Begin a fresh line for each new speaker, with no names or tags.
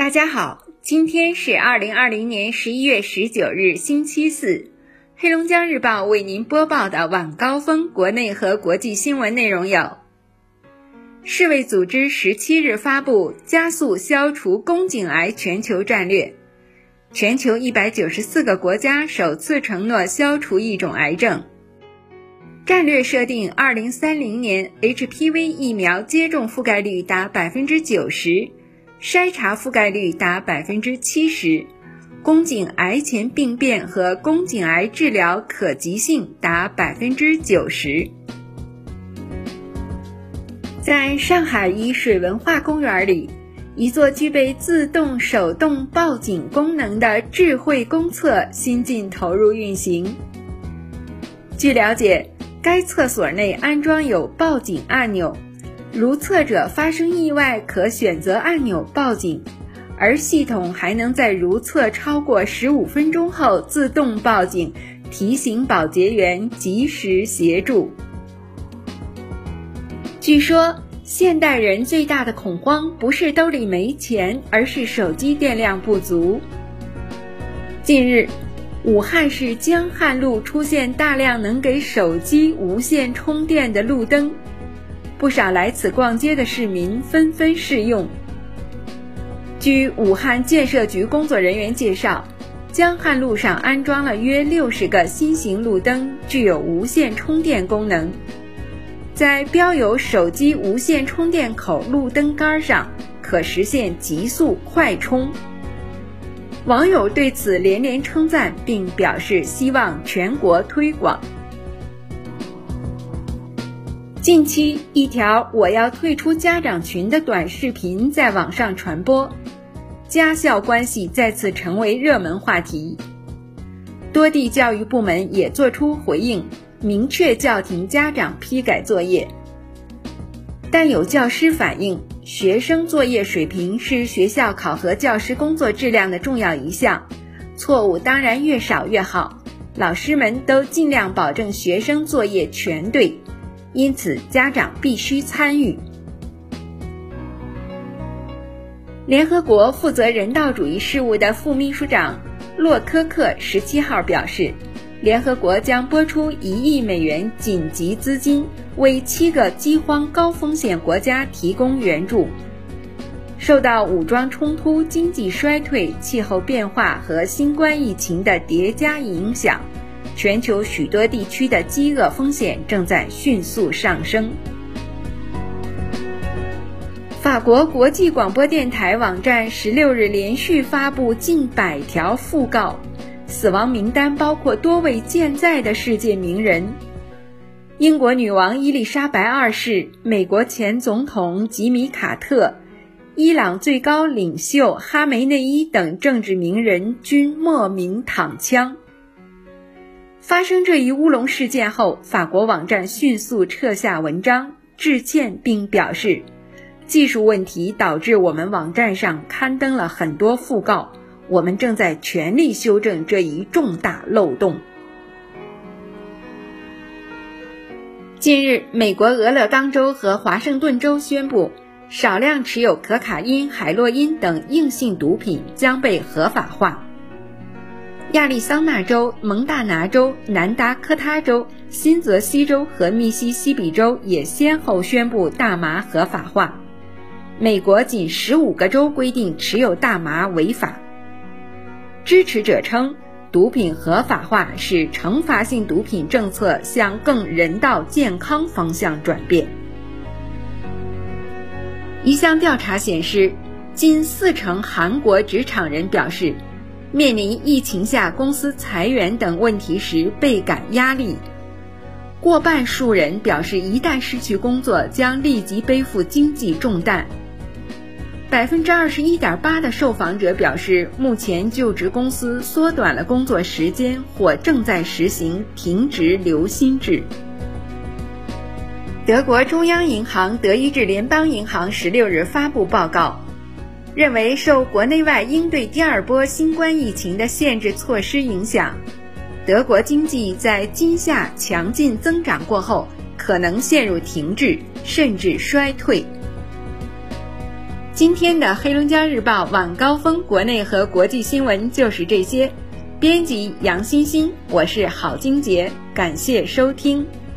大家好，今天是2020年11月19日星期四，黑龙江日报为您播报的晚高峰国内和国际新闻内容有：世卫组织17日发布加速消除宫颈癌全球战略，全球194个国家首次承诺消除一种癌症。战略设定2030年 HPV 疫苗接种覆盖率达 90%， 筛查覆盖率达 70%， 宫颈癌前病变和宫颈癌治疗可及性达 90%。 在上海一水文化公园里，一座具备自动手动报警功能的智慧公厕新近投入运行。据了解，该厕所内安装有报警按钮，如厕者发生意外可选择按钮报警，而系统还能在如厕超过15分钟后自动报警，提醒保洁员及时协助。据说现代人最大的恐慌不是兜里没钱，而是手机电量不足。近日，武汉市江汉路出现大量能给手机无线充电的路灯，不少来此逛街的市民纷纷试用。据武汉建设局工作人员介绍，江汉路上安装了约60个新型路灯，具有无线充电功能。在标有手机无线充电口路灯杆上，可实现极速快充。网友对此连连称赞，并表示希望全国推广。近期，一条我要退出家长群的短视频在网上传播，家校关系再次成为热门话题。多地教育部门也做出回应，明确叫停家长批改作业。但有教师反映，学生作业水平是学校考核教师工作质量的重要一项，错误当然越少越好，老师们都尽量保证学生作业全对，因此家长必须参与。联合国负责人道主义事务的副秘书长洛科克17号表示，联合国将拨出1亿美元紧急资金，为7个饥荒高风险国家提供援助。受到武装冲突、经济衰退、气候变化和新冠疫情的叠加影响，全球许多地区的饥饿风险正在迅速上升。法国国际广播电台网站16日连续发布近100条讣告，死亡名单包括多位健在的世界名人，英国女王伊丽莎白2世、美国前总统吉米·卡特、伊朗最高领袖哈梅内伊等政治名人均莫名躺枪。发生这一乌龙事件后，法国网站迅速撤下文章，致歉并表示，技术问题导致我们网站上刊登了很多讣告，我们正在全力修正这一重大漏洞。近日，美国俄勒冈州和华盛顿州宣布，少量持有可卡因、海洛因等硬性毒品将被合法化。亚利桑那州、蒙大拿州、南达科他州、新泽西州和密西西比州也先后宣布大麻合法化。美国仅15个州规定持有大麻违法。支持者称，毒品合法化使惩罚性毒品政策向更人道健康方向转变。一项调查显示，近40%韩国职场人表示，面临疫情下公司裁员等问题时倍感压力。过半数人表示，一旦失去工作，将立即背负经济重担。21.8% 的受访者表示，目前就职公司缩短了工作时间或正在实行停职留薪制。德国中央银行德意志联邦银行16日发布报告，认为受国内外应对第二波新冠疫情的限制措施影响，德国经济在今夏强劲增长过后，可能陷入停滞甚至衰退。 今天的黑龙江日报晚高峰国内和国际新闻就是这些。编辑杨欣欣，我是郝金杰，感谢收听。